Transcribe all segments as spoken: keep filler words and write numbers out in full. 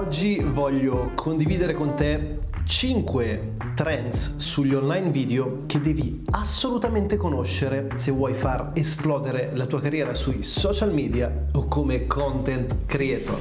Oggi voglio condividere con te cinque trends sugli online video che devi assolutamente conoscere se vuoi far esplodere la tua carriera sui social media o come content creator.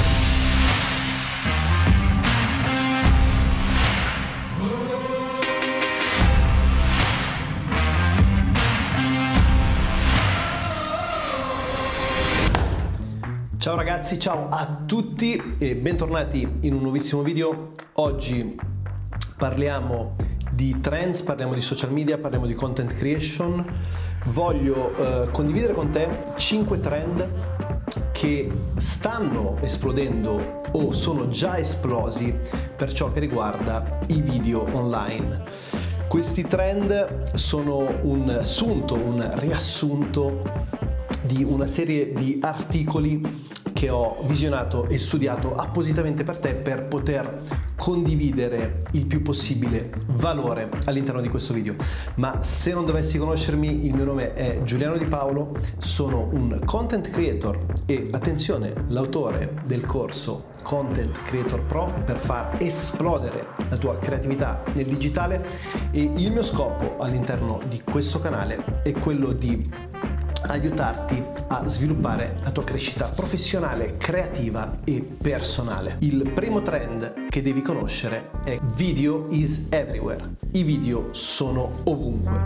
Ciao ragazzi, ciao a tutti e bentornati in un nuovissimo video. Oggi parliamo di trends, parliamo di social media, parliamo di content creation. Voglio eh, condividere con te cinque trend che stanno esplodendo o sono già esplosi per ciò che riguarda i video online. Questi trend sono un sunto, un riassunto di una serie di articoli che ho visionato e studiato appositamente per te per poter condividere il più possibile valore all'interno di questo video. Ma se non dovessi conoscermi, il mio nome è Giuliano Di Paolo, sono un content creator e, attenzione, l'autore del corso Content Creator Pro per far esplodere la tua creatività nel digitale, e il mio scopo all'interno di questo canale è quello di aiutarti a sviluppare la tua crescita professionale, creativa e personale. Il primo trend che devi conoscere è Video is everywhere. I video sono ovunque.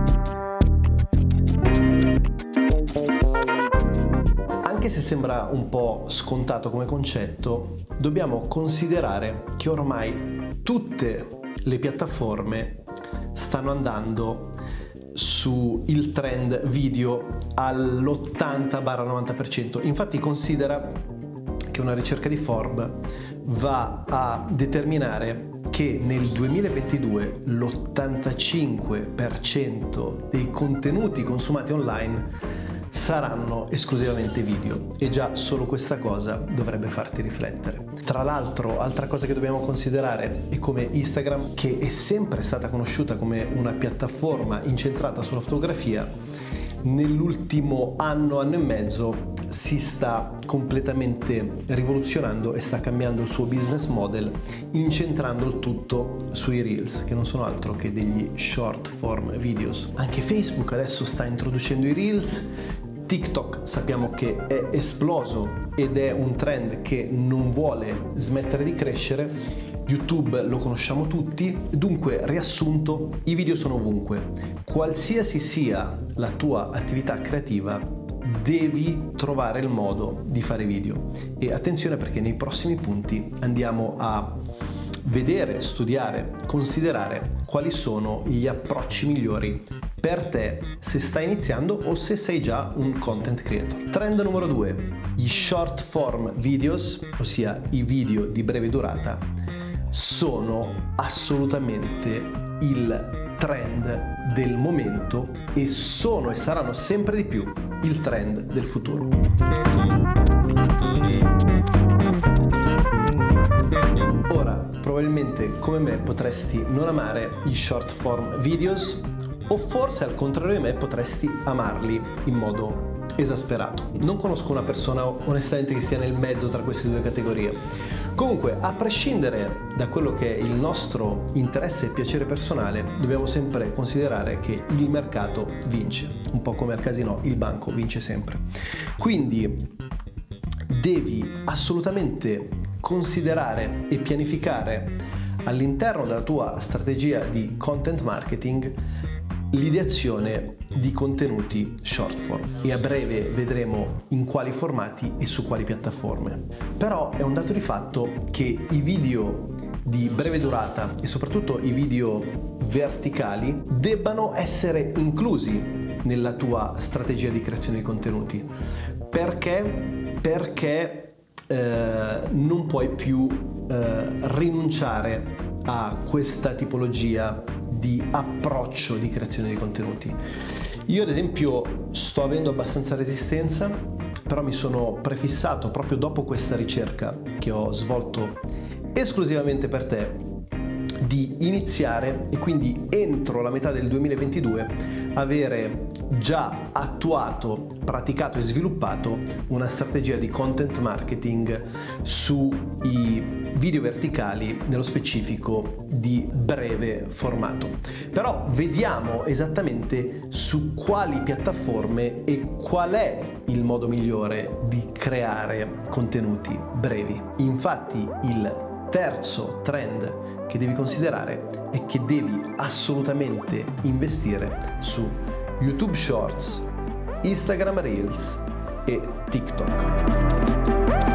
Anche se sembra un po' scontato come concetto, dobbiamo considerare che ormai tutte le piattaforme stanno andando su il trend video all'ottanta novanta per cento. Infatti considera che una ricerca di Forbes va a determinare che nel duemilaventidue l'ottantacinque per cento dei contenuti consumati online saranno esclusivamente video, e già solo questa cosa dovrebbe farti riflettere. Tra l'altro, altra cosa che dobbiamo considerare è come Instagram, che è sempre stata conosciuta come una piattaforma incentrata sulla fotografia, nell'ultimo anno, anno e mezzo si sta completamente rivoluzionando e sta cambiando il suo business model, incentrando il tutto sui Reels, che non sono altro che degli short form videos. Anche Facebook adesso sta introducendo i Reels. TikTok sappiamo che è esploso ed è un trend che non vuole smettere di crescere. YouTube lo conosciamo tutti. Dunque, riassunto, i video sono ovunque. Qualsiasi sia la tua attività creativa, devi trovare il modo di fare video. E attenzione, perché nei prossimi punti andiamo a vedere, studiare, considerare quali sono gli approcci migliori per te se stai iniziando o se sei già un content creator. Trend numero due, gli short form videos, ossia i video di breve durata, sono assolutamente il trend del momento e sono e saranno sempre di più il trend del futuro. Ora, probabilmente come me potresti non amare gli short form videos, o forse al contrario di me potresti amarli in modo esasperato. Non conosco una persona onestamente che stia nel mezzo tra queste due categorie. Comunque, a prescindere da quello che è il nostro interesse e piacere personale, dobbiamo sempre considerare che il mercato vince, un po' come al casino, il banco vince sempre. Quindi devi assolutamente considerare e pianificare all'interno della tua strategia di content marketing l'ideazione di contenuti short form, e a breve vedremo in quali formati e su quali piattaforme. Però è un dato di fatto che i video di breve durata e soprattutto i video verticali debbano essere inclusi nella tua strategia di creazione di contenuti. Perché? Perché eh, non puoi più eh, rinunciare a questa tipologia di approccio di creazione di contenuti. Io ad esempio sto avendo abbastanza resistenza, però mi sono prefissato proprio dopo questa ricerca che ho svolto esclusivamente per te di iniziare e quindi entro la metà del duemilaventidue avere già attuato, praticato e sviluppato una strategia di content marketing sui video verticali, nello specifico di breve formato. Però vediamo esattamente su quali piattaforme e qual è il modo migliore di creare contenuti brevi. Infatti il terzo trend che devi considerare è che devi assolutamente investire su YouTube Shorts, Instagram Reels e TikTok.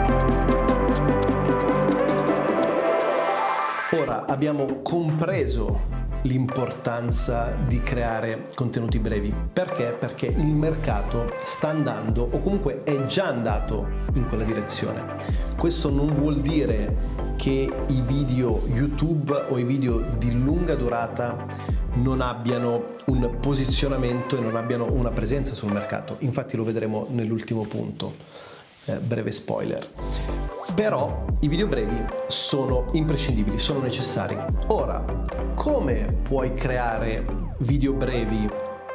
Ora abbiamo compreso l'importanza di creare contenuti brevi. Perché? Perché il mercato sta andando, o comunque è già andato in quella direzione. Questo non vuol dire che i video YouTube o i video di lunga durata non abbiano un posizionamento e non abbiano una presenza sul mercato. Infatti lo vedremo nell'ultimo punto, eh, breve spoiler. Però i video brevi sono imprescindibili, sono necessari. Ora, come puoi creare video brevi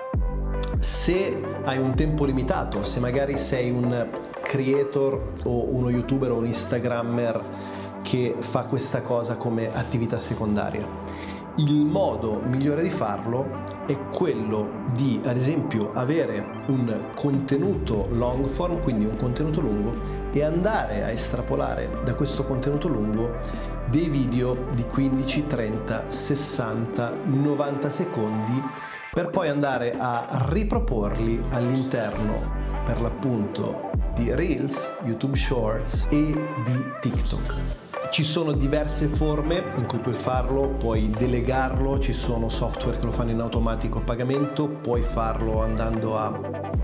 se hai un tempo limitato, se magari sei un creator o uno youtuber o un instagrammer che fa questa cosa come attività secondaria? Il modo migliore di farlo è quello di, ad esempio, avere un contenuto long form, quindi un contenuto lungo, e andare a estrapolare da questo contenuto lungo dei video di quindici, trenta, sessanta, novanta secondi per poi andare a riproporli all'interno, per l'appunto, di Reels, YouTube Shorts e di TikTok. Ci sono diverse forme in cui puoi farlo, puoi delegarlo, ci sono software che lo fanno in automatico a pagamento, puoi farlo andando a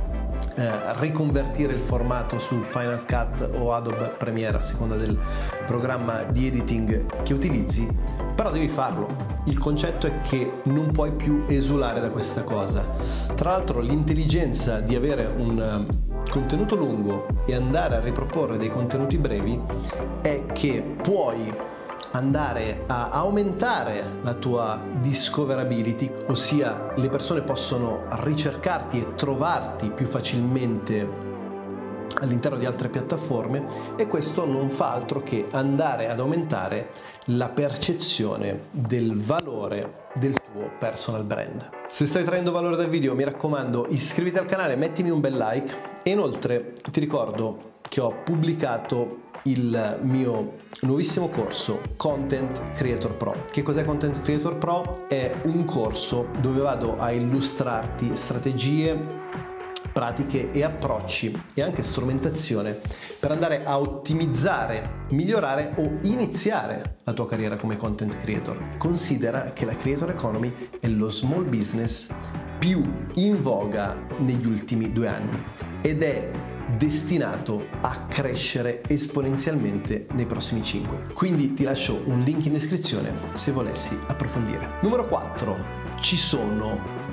eh, riconvertire il formato su Final Cut o Adobe Premiere a seconda del programma di editing che utilizzi, però devi farlo. Il concetto è che non puoi più esulare da questa cosa. Tra l'altro l'intelligenza di avere un contenuto lungo e andare a riproporre dei contenuti brevi è che puoi andare a aumentare la tua discoverability, ossia le persone possono ricercarti e trovarti più facilmente all'interno di altre piattaforme, e questo non fa altro che andare ad aumentare la percezione del valore del tuo personal brand. Se stai traendo valore dal video, mi raccomando, iscriviti al canale, mettimi un bel like, e inoltre ti ricordo che ho pubblicato il mio nuovissimo corso Content Creator Pro. Che cos'è Content Creator Pro? È un corso dove vado a illustrarti strategie, pratiche e approcci e anche strumentazione per andare a ottimizzare, migliorare o iniziare la tua carriera come content creator. Considera che la creator economy è lo small business più in voga negli ultimi due anni ed è destinato a crescere esponenzialmente nei prossimi cinque. Quindi ti lascio un link in descrizione se volessi approfondire. Numero quattro. Ci sono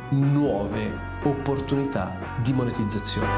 nuove opportunità di monetizzazione.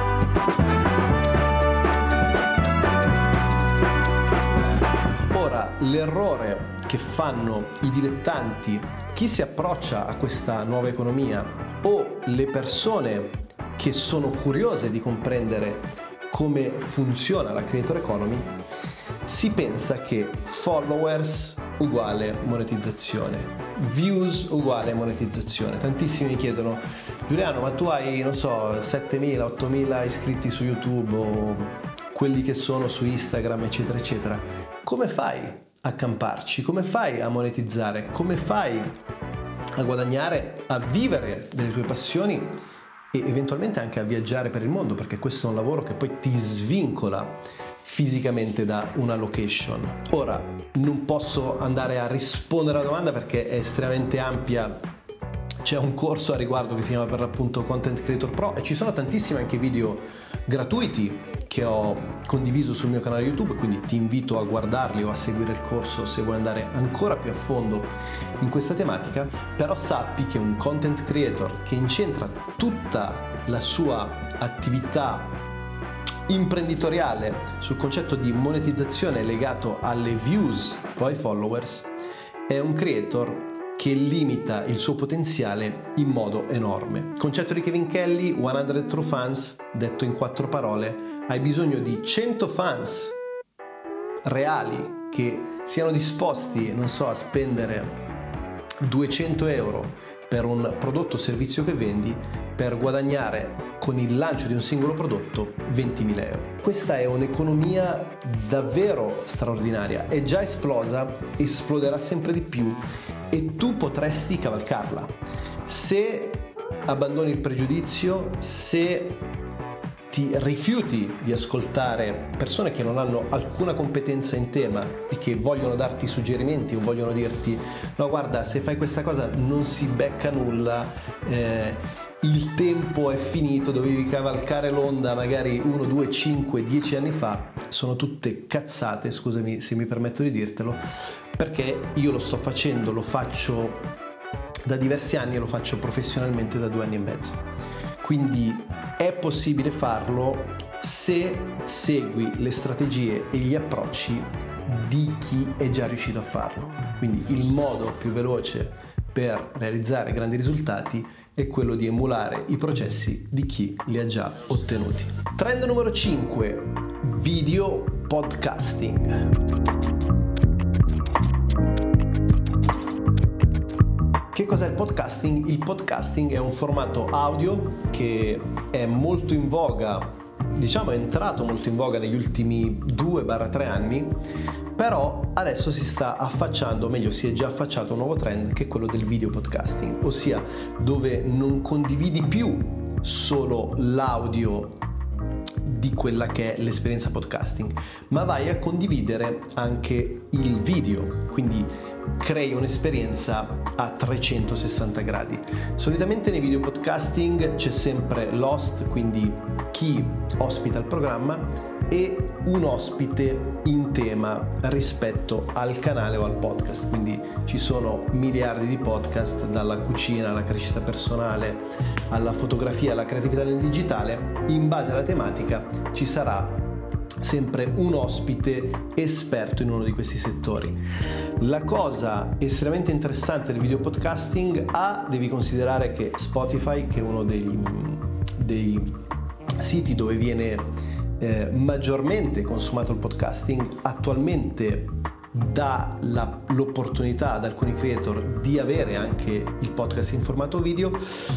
Ora, l'errore che fanno i dilettanti, chi si approccia a questa nuova economia o le persone che sono curiose di comprendere come funziona la creator economy, si pensa che followers uguale monetizzazione, views uguale monetizzazione. Tantissimi mi chiedono: Giuliano, ma tu hai, non so, settemila, ottomila iscritti su YouTube o quelli che sono su Instagram, eccetera, eccetera. Come fai a camparci? Come fai a monetizzare? Come fai a guadagnare, a vivere delle tue passioni e eventualmente anche a viaggiare per il mondo? Perché questo è un lavoro che poi ti svincola fisicamente da una location. Ora, non posso andare a rispondere alla domanda perché è estremamente ampia. C'è un corso a riguardo che si chiama per l'appunto Content Creator Pro e ci sono tantissimi anche video gratuiti che ho condiviso sul mio canale YouTube, quindi ti invito a guardarli o a seguire il corso se vuoi andare ancora più a fondo in questa tematica. Però sappi che un content creator che incentra tutta la sua attività imprenditoriale sul concetto di monetizzazione legato alle views o ai followers è un creator che limita il suo potenziale in modo enorme. Concetto di Kevin Kelly, cento True Fans, detto in quattro parole: hai bisogno di cento fans reali che siano disposti, non so, a spendere duecento euro per un prodotto o servizio che vendi per guadagnare con il lancio di un singolo prodotto ventimila euro. Questa è un'economia davvero straordinaria, è già esplosa, esploderà sempre di più e tu potresti cavalcarla se abbandoni il pregiudizio, se ti rifiuti di ascoltare persone che non hanno alcuna competenza in tema e che vogliono darti suggerimenti o vogliono dirti no guarda, se fai questa cosa non si becca nulla, eh, il tempo è finito, dovevi cavalcare l'onda magari uno, due, cinque, dieci anni fa. Sono tutte cazzate, scusami se mi permetto di dirtelo, perché io lo sto facendo, lo faccio da diversi anni e lo faccio professionalmente da due anni e mezzo. Quindi è possibile farlo se segui le strategie e gli approcci di chi è già riuscito a farlo. Quindi il modo più veloce per realizzare grandi risultati è quello di emulare i processi di chi li ha già ottenuti. Trend numero cinque: video podcasting. Che cos'è il podcasting? Il podcasting è un formato audio che è molto in voga, diciamo è entrato molto in voga negli ultimi due tre anni, però adesso si sta affacciando, o meglio si è già affacciato un nuovo trend che è quello del video podcasting, ossia dove non condividi più solo l'audio di quella che è l'esperienza podcasting, ma vai a condividere anche il video, quindi crei un'esperienza a trecentosessanta gradi. Solitamente nei video podcasting c'è sempre l'host, quindi chi ospita il programma, e un ospite in tema rispetto al canale o al podcast. Quindi ci sono miliardi di podcast, dalla cucina alla crescita personale, alla fotografia, alla creatività nel digitale. In base alla tematica ci sarà sempre un ospite esperto in uno di questi settori. La cosa estremamente interessante del video podcasting, A, devi considerare che Spotify, che è uno dei, dei siti dove viene eh, maggiormente consumato il podcasting, attualmente dà la, l'opportunità ad alcuni creator di avere anche il podcast in formato video.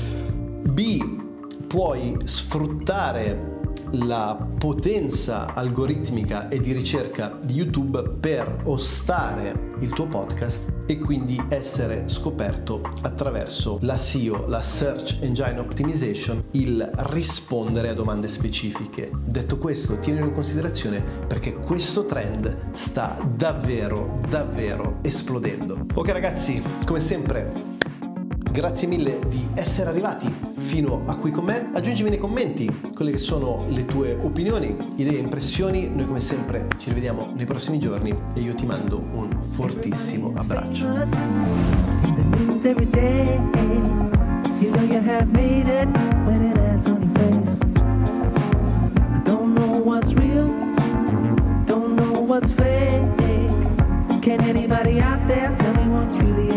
B, puoi sfruttare la potenza algoritmica e di ricerca di YouTube per ostare il tuo podcast e quindi essere scoperto attraverso la S E O, la Search Engine Optimization, il rispondere a domande specifiche. Detto questo, tienilo in considerazione perché questo trend sta davvero, davvero esplodendo. Ok ragazzi, come sempre, grazie mille di essere arrivati fino a qui con me. Aggiungimi nei commenti quelle che sono le tue opinioni, idee, impressioni. Noi come sempre ci rivediamo nei prossimi giorni e io ti mando un fortissimo abbraccio. Can anybody out there tell me what's really